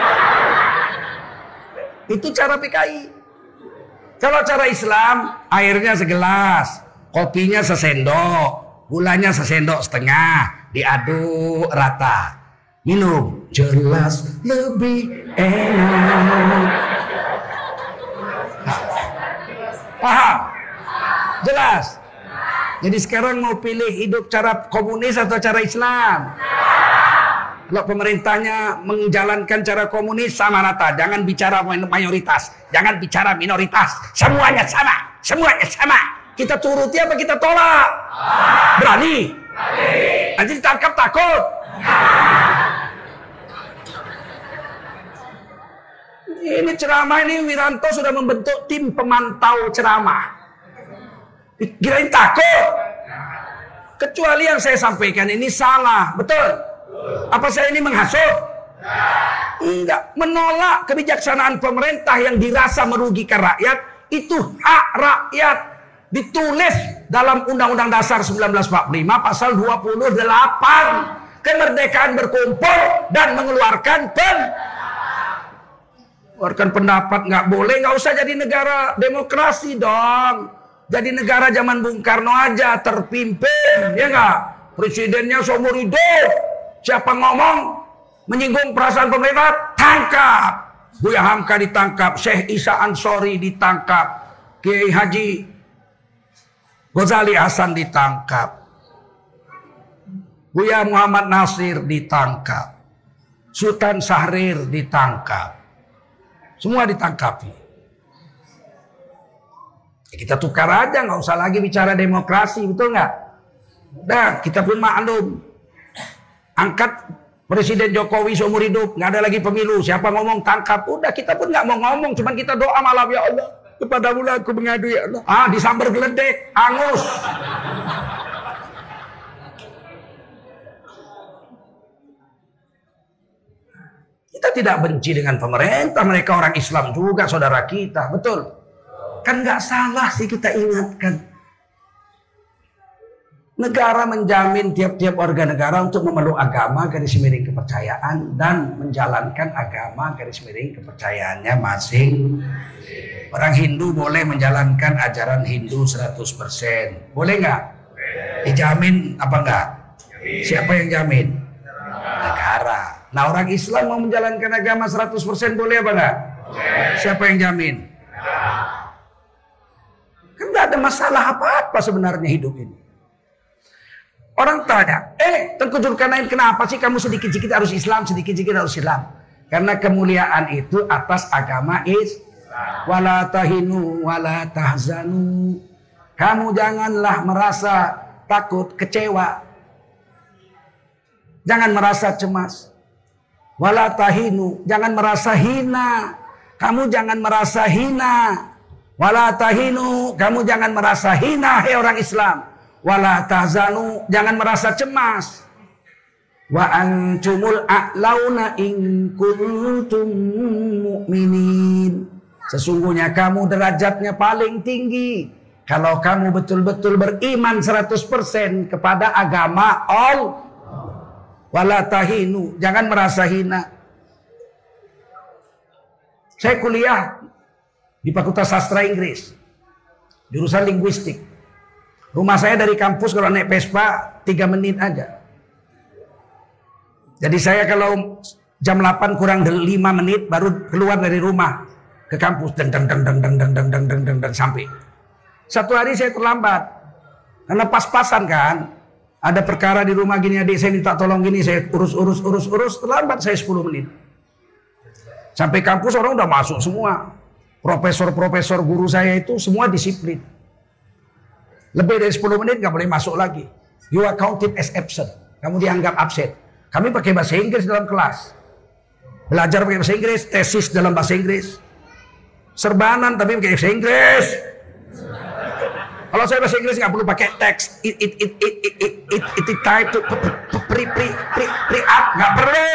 Itu cara P K I. Kalau cara Islam, airnya segelas, kopinya sesendok, gulanya sesendok setengah, diaduk rata. Minum jelas lebih enak. Paham? Jelas. Jadi sekarang mau pilih hidup cara komunis atau cara Islam? Kalau pemerintahnya menjalankan cara komunis sama rata, jangan bicara mayoritas, jangan bicara minoritas, semuanya sama, semuanya sama. Kita turuti apa kita tolak? Berani? Nanti ditangkap takut? Ini ceramah ini Wiranto sudah membentuk tim pemantau ceramah. Kirain takut. Kecuali yang saya sampaikan ini salah, betul? Apa saya ini menghasut? Enggak. Menolak kebijaksanaan pemerintah yang dirasa merugikan rakyat, itu hak rakyat. Ditulis dalam Undang-Undang Dasar seribu sembilan ratus empat puluh lima pasal dua puluh delapan. Kemerdekaan berkumpul dan mengeluarkan pen Mengeluarkan pendapat nggak boleh, nggak usah jadi negara demokrasi dong. Jadi negara zaman Bung Karno aja terpimpin, ya nggak? Presidennya seumur hidup. Siapa ngomong menyinggung perasaan pemerintah, tangkap. Buya Hamka ditangkap, Syekh Isa Ansori ditangkap, Kiai Haji Ghazali Hasan ditangkap, Buya Muhammad Nasir ditangkap, Sultan Syahrir ditangkap. Semua ditangkapi. Ya, kita tukar aja, nggak usah lagi bicara demokrasi, betul nggak? Nah, kita pun maklum. Angkat Presiden Jokowi seumur hidup, nggak ada lagi pemilu. Siapa ngomong tangkap, udah kita pun nggak mau ngomong, cuman kita doa malam, ya Allah, kepadamu lah aku mengadu ya Allah. Ah, disambar geledek, angus. Kita tidak benci dengan pemerintah, mereka orang Islam juga, saudara kita, betul? Kan nggak salah sih kita ingatkan. Negara menjamin tiap-tiap warga negara untuk memeluk agama garis miring kepercayaan dan menjalankan agama garis miring kepercayaannya masing. Orang Hindu boleh menjalankan ajaran Hindu seratus persen. Boleh nggak? Dijamin apa enggak? Siapa yang jamin? Negara. Nah, orang Islam mau menjalankan agama seratus persen boleh apa enggak? Siapa yang jamin? Kan nggak ada masalah apa-apa sebenarnya hidup ini. Orang tanya, eh Tengku Zulkarnain kenapa sih kamu sedikit-sedikit harus Islam, sedikit-sedikit harus Islam? Karena kemuliaan itu atas agama Islam. Wala tahinu wala tahzanu. Kamu janganlah merasa takut, kecewa. Jangan merasa cemas. Wala tahinu, jangan merasa hina. Kamu jangan merasa hina. Wala tahinu, kamu jangan merasa hina, hei orang Islam. Wala tahzanu, jangan merasa cemas. Wa antumul a'launa in kuntum mu'minin. Sesungguhnya kamu derajatnya paling tinggi kalau kamu betul-betul beriman seratus persen kepada agama Allah. Wala tahinu, jangan merasa hina. Saya kuliah di Fakultas Sastra Inggris, jurusan linguistik. Rumah saya dari kampus kalau naik Vespa tiga menit aja. Jadi saya kalau jam delapan kurang lima menit baru keluar dari rumah ke kampus, deng deng deng deng deng deng deng deng deng deng deng sampai. Satu hari saya terlambat karena pas-pasan kan. Ada perkara di rumah gini, adik saya minta tolong gini, saya urus urus urus urus terlambat saya sepuluh menit. Sampai kampus orang udah masuk semua. Profesor-profesor guru saya itu semua disiplin. Lebih dari sepuluh menit nggak boleh masuk lagi. You are counted as absent. Kamu dianggap absen. Kami pakai bahasa Inggris dalam kelas. Belajar pakai bahasa Inggris, tesis dalam bahasa Inggris. Serbanan tapi pakai bahasa Inggris. Kalau saya bahasa Inggris nggak perlu pakai teks. It it it it it it it it it type to pre pre pre pre up nggak perlu.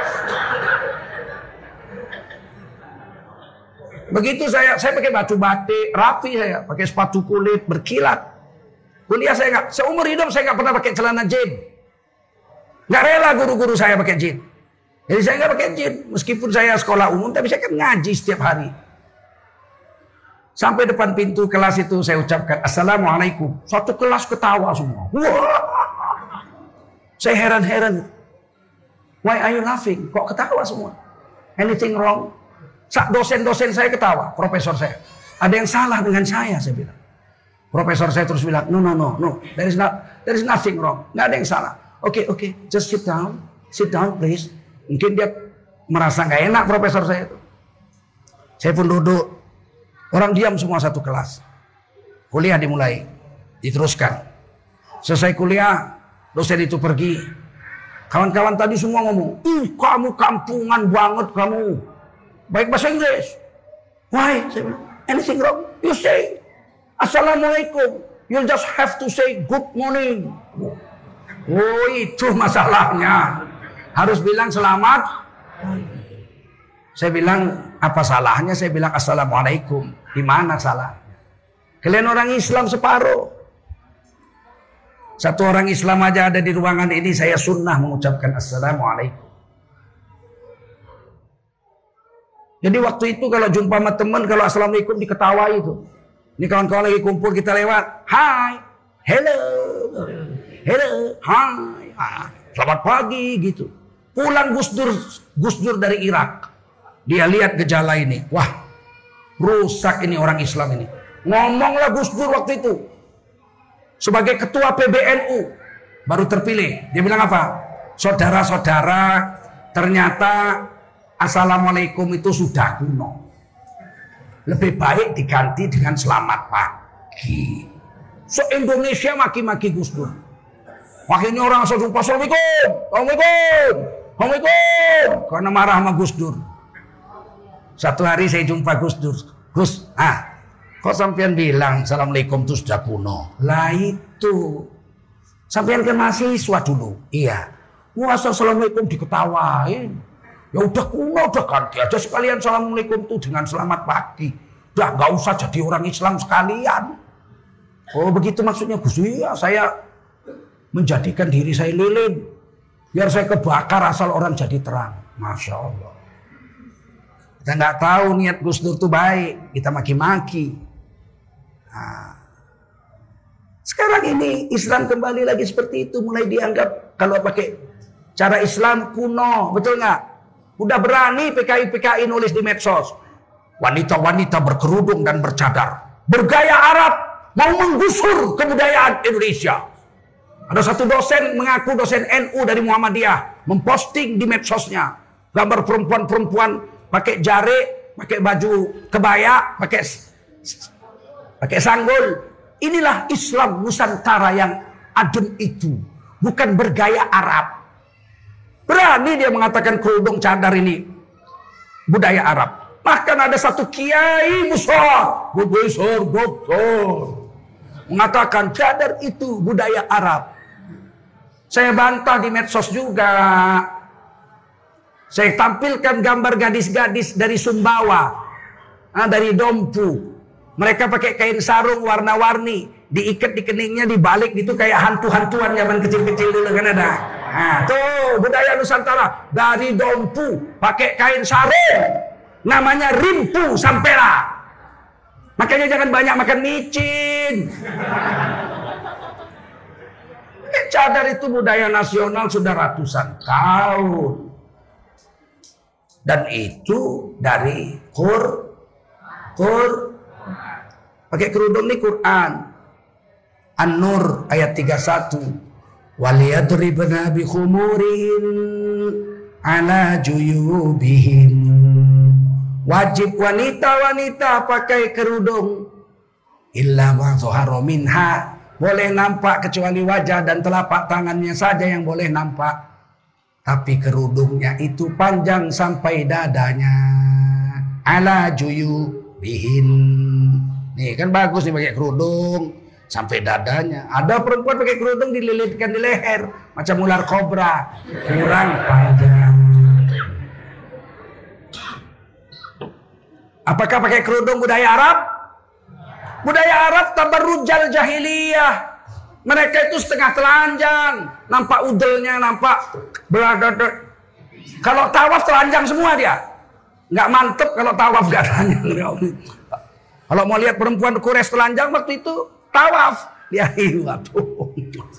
Begitu saya saya pakai baju batik rapi, saya pakai sepatu kulit berkilat. Kuliah saya nggak, seumur hidup saya nggak pernah pakai celana jean. Nggak rela guru-guru saya pakai jean. Jadi saya nggak pakai jean, meskipun saya sekolah umum, tapi saya kan ngaji setiap hari. Sampai depan pintu kelas itu saya ucapkan Assalamualaikum. Satu kelas ketawa semua. Wah, saya heran-heran. Why are you laughing? Kok ketawa semua? Anything wrong? Dosen-dosen saya ketawa, profesor saya. Ada yang salah dengan saya, saya bilang. Profesor saya terus bilang, no, no, no, no, there is not, there is nothing wrong, nggak ada yang salah. Oke, okay, oke, okay, just sit down, sit down, please. Mungkin dia merasa nggak enak profesor saya itu. Saya pun duduk, orang diam semua satu kelas. Kuliah dimulai, diteruskan. Selesai kuliah, dosen itu pergi. Kawan-kawan tadi semua ngomong, ih kamu kampungan banget kamu. Baik bahasa Inggris. Why? Saya bilang, anything wrong? You say. Assalamualaikum. You just have to say good morning. Oh, itu masalahnya. Harus bilang selamat. Saya bilang, apa salahnya? Saya bilang assalamualaikum. Di mana salahnya? Kalian orang Islam separuh. Satu orang Islam aja ada di ruangan ini, saya sunnah mengucapkan assalamualaikum. Jadi waktu itu kalau jumpa sama teman, kalau assalamualaikum diketawai itu. Ini kawan-kawan lagi kumpul, kita lewat, hai, hello, hello, hai, selamat pagi gitu. Pulang Gus Dur, Gus Dur dari Irak, dia lihat gejala ini, wah, rusak ini orang Islam ini. Ngomonglah Gus Dur waktu itu sebagai ketua P B N U baru terpilih. Dia bilang apa? Saudara-saudara, ternyata assalamualaikum itu sudah kuno. Lebih baik diganti dengan selamat pagi. Se-Indonesia maki-maki Gus Dur. Akhirnya orang langsung jumpa, assalamualaikum, assalamualaikum. Assalamualaikum. Karena marah sama Gus Dur. Satu hari saya jumpa Gus Dur. Gus, ah, kok sampean bilang Assalamualaikum itu sudah kuno? Lah itu. Sampean kan mahasiswa dulu. Iya. Masa Assalamualaikum diketawain? Ya udah kuno, udah ganti aja sekalian Assalamualaikum itu dengan selamat pagi. Udah gak usah jadi orang Islam sekalian. Oh begitu maksudnya Gus? Iya, saya menjadikan diri saya lilin. Biar saya kebakar asal orang jadi terang. Masya Allah. Kita nggak tahu niat Gus Dur itu baik, kita maki-maki. Nah, sekarang ini Islam kembali lagi seperti itu, mulai dianggap kalau pakai cara Islam kuno, betul nggak? Udah berani P K I P K I nulis di medsos, wanita-wanita berkerudung dan bercadar, bergaya Arab, mau menggusur kebudayaan Indonesia. Ada satu dosen mengaku dosen N U dari Muhammadiyah, memposting di medsosnya gambar perempuan-perempuan pakai jari, pakai baju kebaya, pakai pakai sanggul. Inilah Islam Nusantara yang adem itu, bukan bergaya Arab. Berani dia mengatakan kerudung cadar ini budaya Arab. Bahkan ada satu kiai besar, besar doktor, mengatakan cadar itu budaya Arab. Saya bantah di medsos juga. Saya tampilkan gambar gadis-gadis dari Sumbawa, nah, dari Dompu. Mereka pakai kain sarung warna-warni, diikat di keningnya, dibalik gitu kayak hantu-hantuan zaman kecil-kecil dulu kan ada. Nah, tuh budaya Nusantara dari Dompu, pakai kain sarung, namanya Rimpu Sampera. Makanya jangan banyak makan micin. Cadar itu budaya nasional sudah ratusan tahun. Dan itu dari Qur, Qur, pakai kerudung ini Quran. An-Nur ayat tiga puluh satu. Waliyadribna bi khumurin ala juyubihin. Wajib wanita-wanita pakai kerudung. Illa ma zahara minha. Boleh nampak kecuali wajah dan telapak tangannya saja yang boleh nampak. Tapi kerudungnya itu panjang sampai dadanya. Ala juyubihin. Nih kan bagus nih pakai kerudung sampai dadanya. Ada perempuan pakai kerudung dililitkan di leher macam ular kobra, kurang panjang. Apakah pakai kerudung budaya Arab? Budaya Arab tabarrujal jahiliyah. Mereka itu setengah telanjang, nampak udelnya, nampak berada. Kalau tawaf telanjang semua dia, nggak mantep kalau tawaf gak telanjang. Kalau mau lihat perempuan Quraisy telanjang waktu itu tawaf, dia waduh.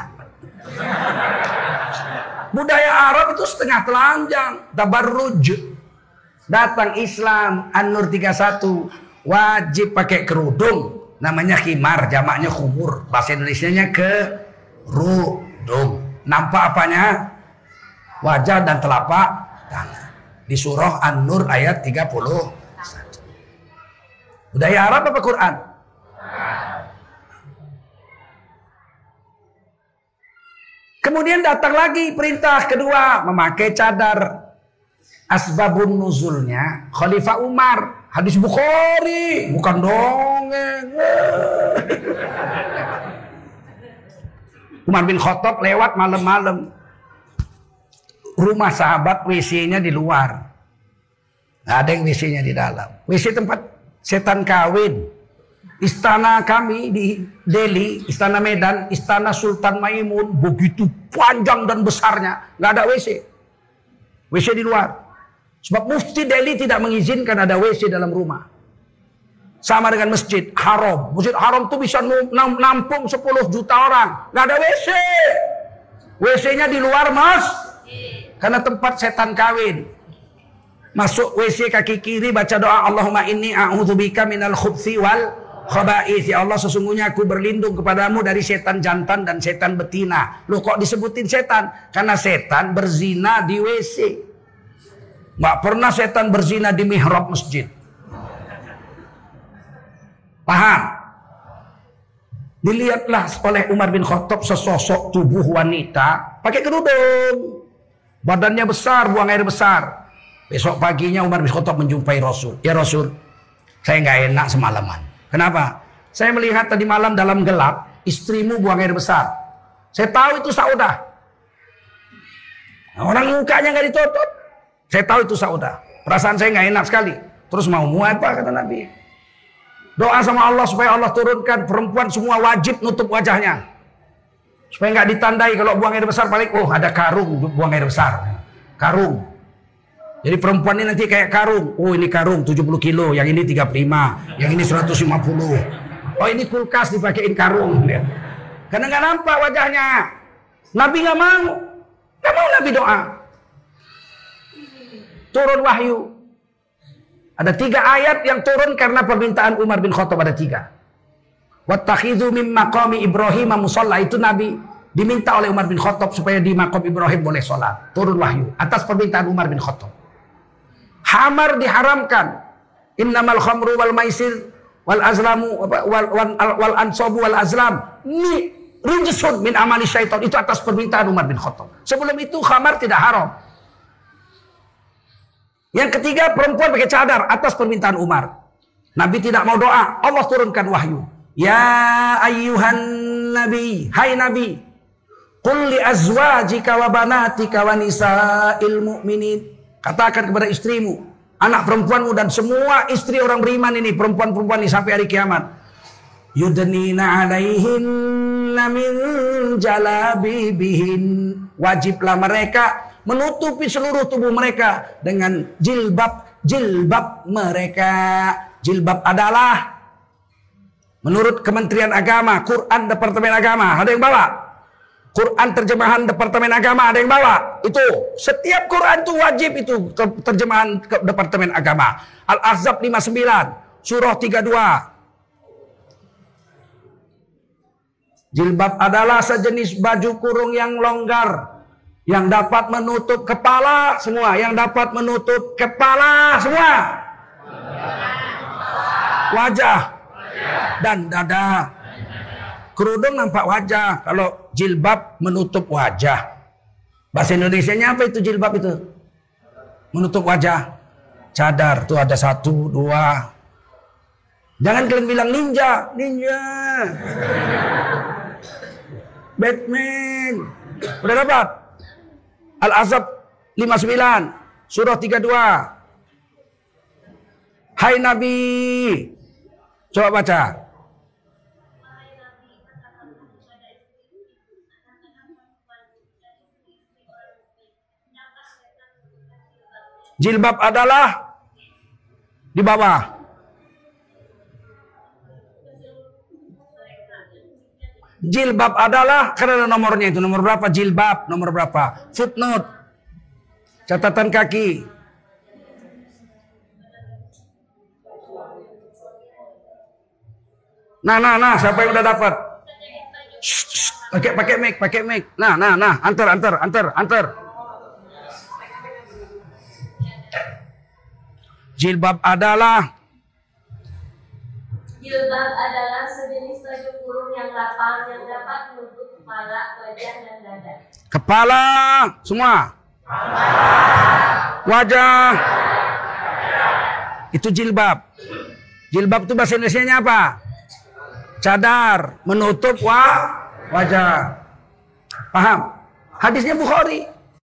Budaya Arab itu setengah telanjang, tabarruj. Datang Islam, An-Nur tiga puluh satu, wajib pakai kerudung. Namanya khimar, jamaknya khumur. Bahasa Indonesianya kerudung. Nampak apanya? Wajah dan telapak tangan. Di surah An-Nur ayat tiga puluh satu. Budaya Arab apa Quran? Kemudian datang lagi perintah kedua, memakai cadar. Asbabun nuzulnya Khalifah Umar. Hadis Bukhari, bukan dongeng. Umar bin Khattab lewat malam-malam. Rumah sahabat W C-nya di luar. Nggak ada yang W C-nya di dalam. W C tempat setan kawin. Istana kami di Delhi, Istana Medan, Istana Sultan Maimun begitu panjang dan besarnya. Nggak ada W C. W C di luar. Sebab Mufti Delhi tidak mengizinkan ada W C dalam rumah. Sama dengan Masjid Haram. Masjid Haram itu bisa nampung sepuluh juta orang. Nggak ada W C. W C-nya di luar mas. Karena tempat setan kawin. Masuk W C kaki kiri baca doa Allahumma inni a'udzubika minal khubthi wal khaba'ith. Ya Allah sesungguhnya aku berlindung kepadamu dari setan jantan dan setan betina. Loh kok disebutin setan? Karena setan berzina di W C. Nggak pernah setan berzina di mihrab masjid. Paham? Dilihatlah oleh Umar bin Khattab sesosok tubuh wanita pakai kerudung. Badannya besar, buang air besar. Besok paginya Umar bin Khattab menjumpai Rasul. Ya Rasul, saya nggak enak semalaman. Kenapa? Saya melihat tadi malam dalam gelap, istrimu buang air besar. Saya tahu itu Saudah. Orang mukanya nggak ditutup. Saya tahu itu Saudah. Perasaan saya nggak enak sekali. Terus mau mau apa kata Nabi? Doa sama Allah supaya Allah turunkan perempuan semua wajib nutup wajahnya. Supaya nggak ditandai kalau buang air besar paling, oh ada karung buang air besar. Karung. Jadi perempuan ini nanti kayak karung. Oh ini karung tujuh puluh kilo, yang ini tiga puluh lima, yang ini seratus lima puluh. Oh ini kulkas dipakein karung. Karena nggak nampak wajahnya. Nabi nggak mau. Nggak mau Nabi doa. Turun wahyu. Ada tiga ayat yang turun karena permintaan Umar bin Khattab, ada tiga. Wattakhidhu min maqami Ibrahim musalla, itu Nabi diminta oleh Umar bin Khattab supaya di maqam Ibrahim boleh sholat. Turun wahyu atas permintaan Umar bin Khattab. Hamar diharamkan. Innamal khamru wal maisir wal azlamu wal, wal, wal ansabu wal azlam ni rijsun min amali syaitan, itu atas permintaan Umar bin Khattab. Sebelum itu khamar tidak haram. Yang ketiga, perempuan pakai cadar atas permintaan Umar. Nabi tidak mau doa, Allah turunkan wahyu. Ya ayyuhan nabi, hai nabi, qul li azwajika wa banatika wa nisa'il mu'minin, katakan kepada istrimu, anak perempuanmu dan semua istri orang beriman ini, perempuan-perempuan ini sampai hari kiamat. Yudnina alaihinna min jalabibihin, wajiblah mereka menutupi seluruh tubuh mereka dengan jilbab-jilbab mereka. Jilbab adalah menurut Kementerian Agama, Quran Departemen Agama, ada yang bawa? Quran terjemahan Departemen Agama, ada yang bawa? Itu setiap Quran itu wajib, itu terjemahan Departemen Agama. Al-Ahzab lima puluh sembilan, surah tiga puluh dua. Jilbab adalah sejenis baju kurung yang longgar, yang dapat menutup kepala semua, yang dapat menutup kepala semua, wajah dan dada. Kerudung nampak wajah, kalau jilbab menutup wajah. Bahasa Indonesianya apa itu jilbab itu? Menutup wajah. Cadar tuh ada satu, dua. Jangan kalian bilang ninja, ninja. Batman. Udah dapat? Al-Ahzab lima puluh sembilan, surah tiga puluh dua. Hai Nabi. Coba baca. Jilbab adalah di bawah. Jilbab adalah, karena ada nomornya itu, nomor berapa jilbab, nomor berapa. Footnote, catatan kaki. Nah, nah, nah, siapa yang udah dapat? Pakai, pakai mic, pakai mic. Nah, nah, nah, antar, antar, antar, antar. Jilbab adalah Jilbab adalah sejenis baju kurung yang lapang yang dapat menutup kepala, wajah, dan dada. Kepala semua. Wajah. Itu jilbab. Jilbab itu bahasa Indonesianya apa? Cadar, menutup wa wajah. Paham? Hadisnya Bukhari.